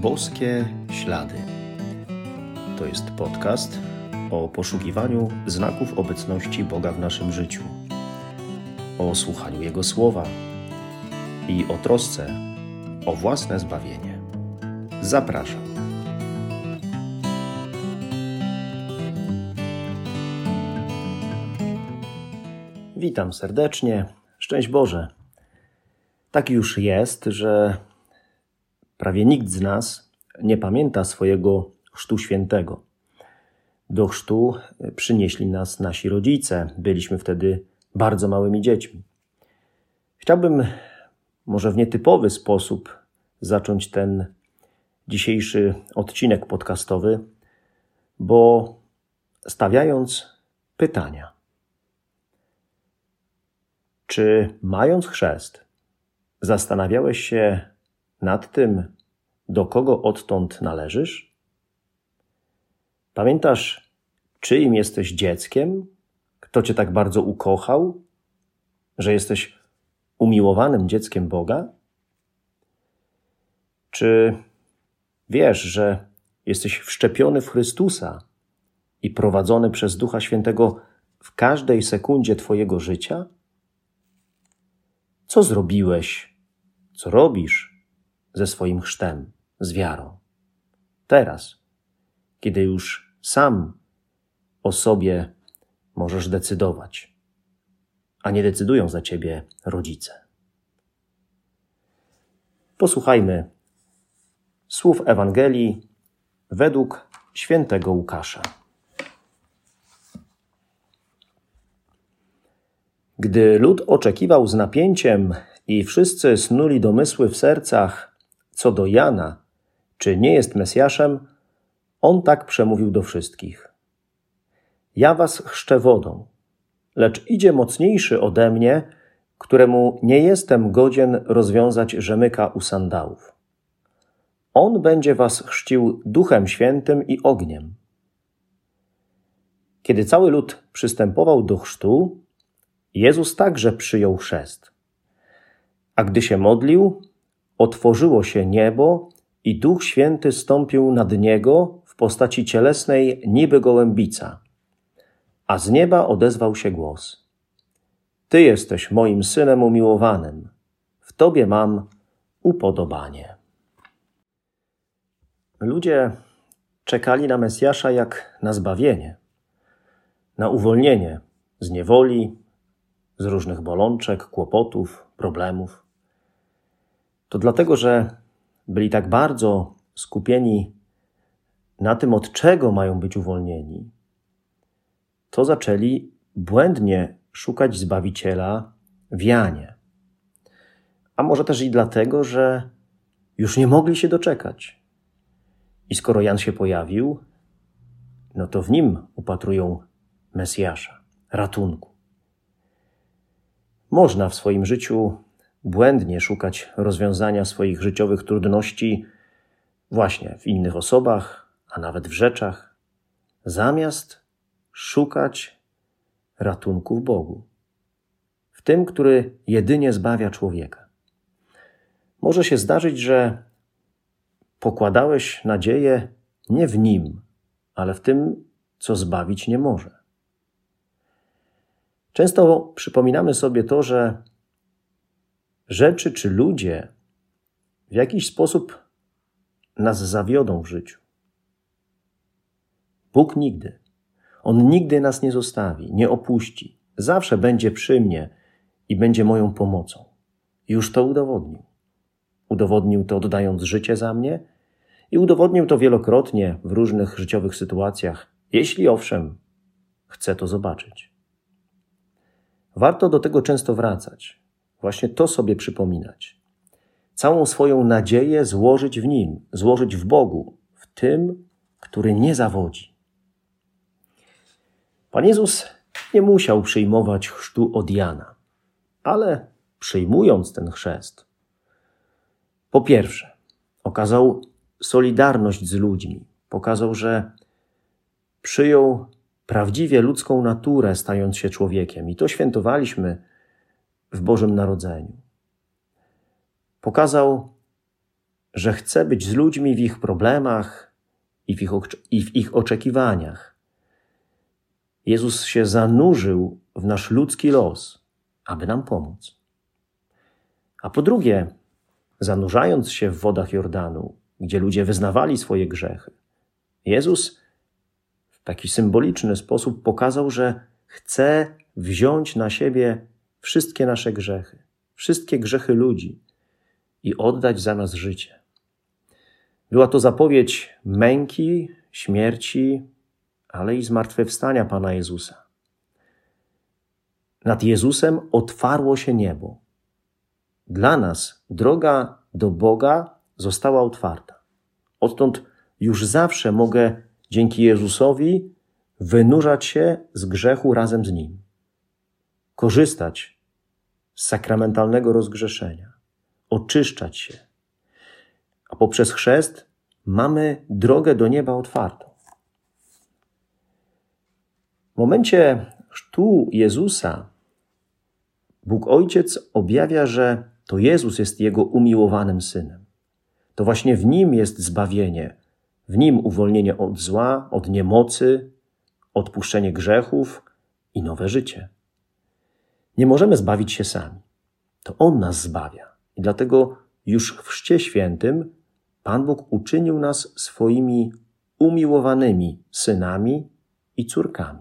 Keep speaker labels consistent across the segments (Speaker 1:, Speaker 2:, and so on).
Speaker 1: Boskie Ślady. To jest podcast o poszukiwaniu znaków obecności Boga w naszym życiu, o słuchaniu Jego słowa i o trosce o własne zbawienie. Zapraszam. Witam serdecznie. Szczęść Boże. Tak już jest, że prawie nikt z nas nie pamięta swojego chrztu świętego. Do chrztu przynieśli nas nasi rodzice. Byliśmy wtedy bardzo małymi dziećmi. Chciałbym może w nietypowy sposób zacząć ten dzisiejszy odcinek podcastowy, bo stawiając pytania. Czy mając chrzest, zastanawiałeś się nad tym, do kogo odtąd należysz? Pamiętasz, czyim jesteś dzieckiem? Kto cię tak bardzo ukochał, że jesteś umiłowanym dzieckiem Boga? Czy wiesz, że jesteś wszczepiony w Chrystusa i prowadzony przez Ducha Świętego w każdej sekundzie twojego życia? Co zrobiłeś, co robisz ze swoim chrztem, z wiarą? Teraz, kiedy już sam o sobie możesz decydować, a nie decydują za ciebie rodzice. Posłuchajmy słów Ewangelii według świętego Łukasza. Gdy lud oczekiwał z napięciem i wszyscy snuli domysły w sercach co do Jana, czy nie jest Mesjaszem, on tak przemówił do wszystkich. Ja was chrzczę wodą, lecz idzie mocniejszy ode mnie, któremu nie jestem godzien rozwiązać rzemyka u sandałów. On będzie was chrzcił Duchem Świętym i ogniem. Kiedy cały lud przystępował do chrztu, Jezus także przyjął chrzest. A gdy się modlił, otworzyło się niebo i Duch Święty stąpił nad Niego w postaci cielesnej niby gołębica. A z nieba odezwał się głos. Ty jesteś moim Synem umiłowanym. W Tobie mam upodobanie. Ludzie czekali na Mesjasza jak na zbawienie, na uwolnienie z niewoli, z różnych bolączek, kłopotów, problemów. To dlatego, że byli tak bardzo skupieni na tym, od czego mają być uwolnieni, to zaczęli błędnie szukać Zbawiciela w Janie. A może też i dlatego, że już nie mogli się doczekać. I skoro Jan się pojawił, no to w nim upatrują Mesjasza, ratunku. Można w swoim życiu błędnie szukać rozwiązania swoich życiowych trudności właśnie w innych osobach, a nawet w rzeczach, zamiast szukać ratunku w Bogu, w tym, który jedynie zbawia człowieka. Może się zdarzyć, że pokładałeś nadzieję nie w Nim, ale w tym, co zbawić nie może. Często przypominamy sobie to, że rzeczy czy ludzie w jakiś sposób nas zawiodą w życiu. Bóg nigdy. On nigdy nas nie zostawi, nie opuści. Zawsze będzie przy mnie i będzie moją pomocą. Już to udowodnił. Udowodnił to oddając życie za mnie i udowodnił to wielokrotnie w różnych życiowych sytuacjach, jeśli owszem, chcę to zobaczyć. Warto do tego często wracać, właśnie to sobie przypominać. Całą swoją nadzieję złożyć w Nim, złożyć w Bogu, w tym, który nie zawodzi. Pan Jezus nie musiał przyjmować chrztu od Jana, ale przyjmując ten chrzest, po pierwsze, okazał solidarność z ludźmi, pokazał, że przyjął prawdziwie ludzką naturę, stając się człowiekiem. I to świętowaliśmy w Bożym Narodzeniu. Pokazał, że chce być z ludźmi w ich problemach i w ich oczekiwaniach. Jezus się zanurzył w nasz ludzki los, aby nam pomóc. A po drugie, zanurzając się w wodach Jordanu, gdzie ludzie wyznawali swoje grzechy, Jezus w taki symboliczny sposób pokazał, że chce wziąć na siebie wszystkie nasze grzechy, wszystkie grzechy ludzi i oddać za nas życie. Była to zapowiedź męki, śmierci, ale i zmartwychwstania Pana Jezusa. Nad Jezusem otwarło się niebo. Dla nas droga do Boga została otwarta. Odtąd już zawsze mogę dzięki Jezusowi wynurzać się z grzechu razem z Nim. Korzystać z sakramentalnego rozgrzeszenia. Oczyszczać się. A poprzez chrzest mamy drogę do nieba otwartą. W momencie chrztu Jezusa Bóg Ojciec objawia, że to Jezus jest Jego umiłowanym Synem. To właśnie w Nim jest zbawienie, w Nim uwolnienie od zła, od niemocy, odpuszczenie grzechów i nowe życie. Nie możemy zbawić się sami. To On nas zbawia. I dlatego już w Chrzcie Świętym Pan Bóg uczynił nas swoimi umiłowanymi synami i córkami.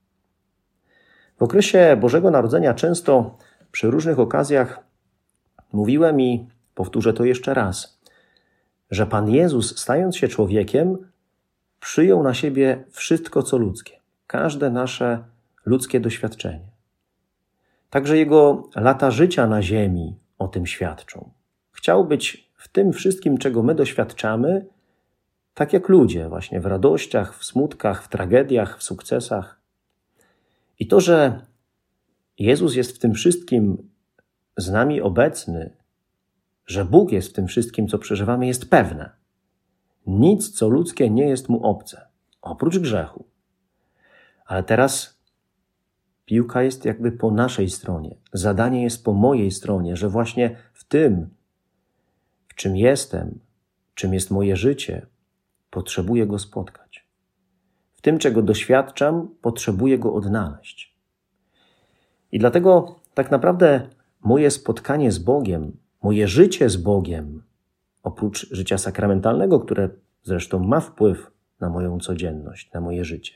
Speaker 1: W okresie Bożego Narodzenia często przy różnych okazjach mówiłem i powtórzę to jeszcze raz, że Pan Jezus, stając się człowiekiem, przyjął na siebie wszystko, co ludzkie, każde nasze ludzkie doświadczenie. Także Jego lata życia na ziemi o tym świadczą. Chciał być w tym wszystkim, czego my doświadczamy, tak jak ludzie, właśnie w radościach, w smutkach, w tragediach, w sukcesach. I to, że Jezus jest w tym wszystkim z nami obecny, że Bóg jest w tym wszystkim, co przeżywamy, jest pewne. Nic, co ludzkie, nie jest Mu obce, oprócz grzechu. Ale teraz piłka jest jakby po naszej stronie. Zadanie jest po mojej stronie, że właśnie w tym, w czym jestem, czym jest moje życie, potrzebuję Go spotkać. W tym, czego doświadczam, potrzebuję Go odnaleźć. I dlatego tak naprawdę moje spotkanie z Bogiem, moje życie z Bogiem, oprócz życia sakramentalnego, które zresztą ma wpływ na moją codzienność, na moje życie,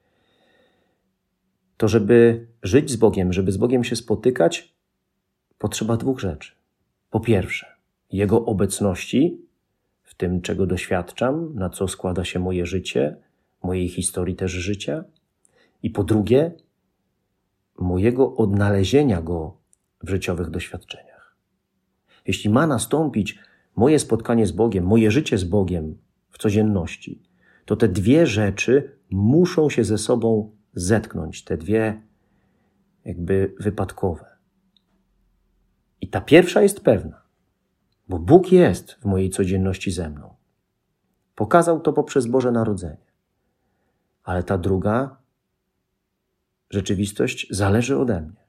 Speaker 1: to żeby żyć z Bogiem, żeby z Bogiem się spotykać, potrzeba dwóch rzeczy. Po pierwsze, Jego obecności w tym, czego doświadczam, na co składa się moje życie, mojej historii też życia. I po drugie, mojego odnalezienia Go w życiowych doświadczeniach. Jeśli ma nastąpić moje spotkanie z Bogiem, moje życie z Bogiem w codzienności, to te dwie rzeczy muszą się ze sobą zetknąć, te dwie jakby wypadkowe. I ta pierwsza jest pewna, bo Bóg jest w mojej codzienności ze mną. Pokazał to poprzez Boże Narodzenie. Ale ta druga rzeczywistość zależy ode mnie.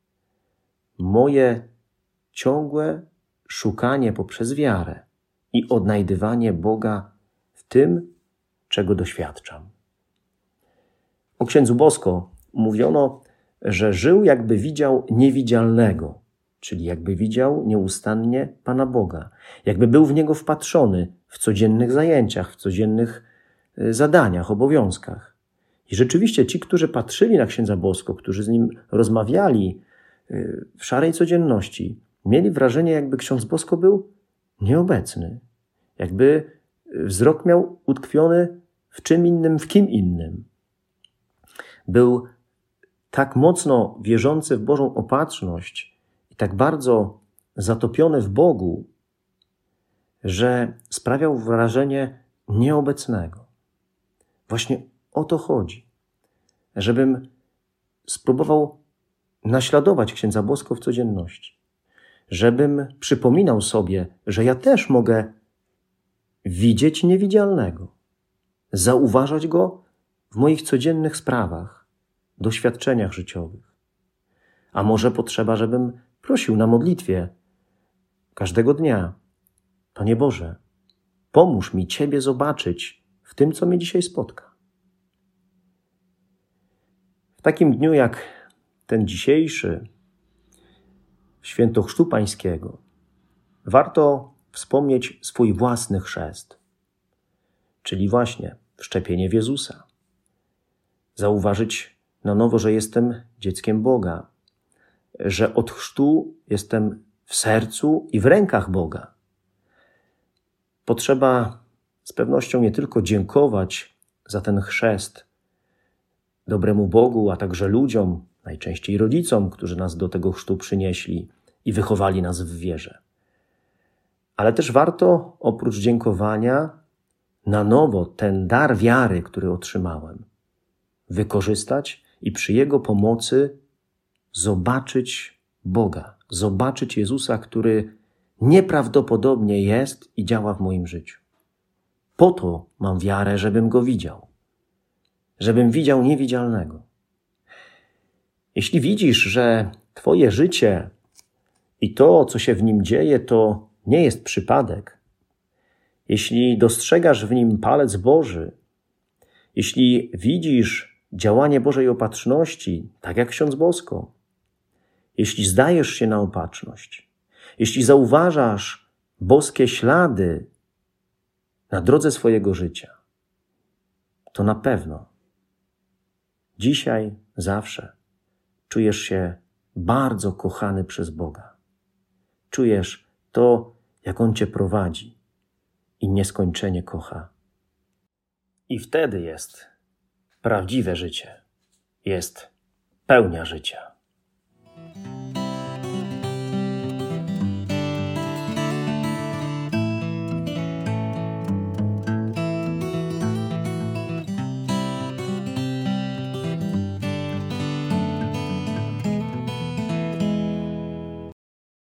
Speaker 1: Moje ciągłe szukanie poprzez wiarę i odnajdywanie Boga w tym, czego doświadczam. O księdzu Bosko mówiono, że żył, jakby widział niewidzialnego, czyli jakby widział nieustannie Pana Boga, jakby był w Niego wpatrzony w codziennych zajęciach, w codziennych zadaniach, obowiązkach. I rzeczywiście ci, którzy patrzyli na księdza Bosko, którzy z nim rozmawiali w szarej codzienności, mieli wrażenie, jakby ksiądz Bosko był nieobecny, jakby wzrok miał utkwiony w czym innym, w kim innym. Był tak mocno wierzący w Bożą opatrzność i tak bardzo zatopiony w Bogu, że sprawiał wrażenie nieobecnego. Właśnie o to chodzi, żebym spróbował naśladować księdza Bosko w codzienności, żebym przypominał sobie, że ja też mogę widzieć niewidzialnego, zauważać Go w moich codziennych sprawach, doświadczeniach życiowych. A może potrzeba, żebym prosił na modlitwie każdego dnia: Panie Boże, Pomóż mi Ciebie zobaczyć w tym, co mnie dzisiaj spotka. W takim dniu jak ten dzisiejszy, święto Chrztu Pańskiego, warto wspomnieć swój własny chrzest, czyli właśnie wszczepienie w Jezusa. Zauważyć na nowo, że jestem dzieckiem Boga, że od chrztu jestem w sercu i w rękach Boga. Potrzeba z pewnością nie tylko dziękować za ten chrzest dobremu Bogu, a także ludziom, najczęściej rodzicom, którzy nas do tego chrztu przynieśli i wychowali nas w wierze. Ale też warto oprócz dziękowania na nowo ten dar wiary, który otrzymałem, wykorzystać i przy Jego pomocy zobaczyć Boga, zobaczyć Jezusa, który nieprawdopodobnie jest i działa w moim życiu. Po to mam wiarę, żebym Go widział, żebym widział niewidzialnego. Jeśli widzisz, że Twoje życie i to, co się w nim dzieje, to nie jest przypadek, jeśli dostrzegasz w nim palec Boży, jeśli widzisz działanie Bożej opatrzności, tak jak ksiądz Bosko, jeśli zdajesz się na opatrzność, jeśli zauważasz boskie ślady na drodze swojego życia, to na pewno dzisiaj, zawsze czujesz się bardzo kochany przez Boga. Czujesz to, jak On Cię prowadzi i nieskończenie kocha. I wtedy jest prawdziwe życie, jest pełnia życia.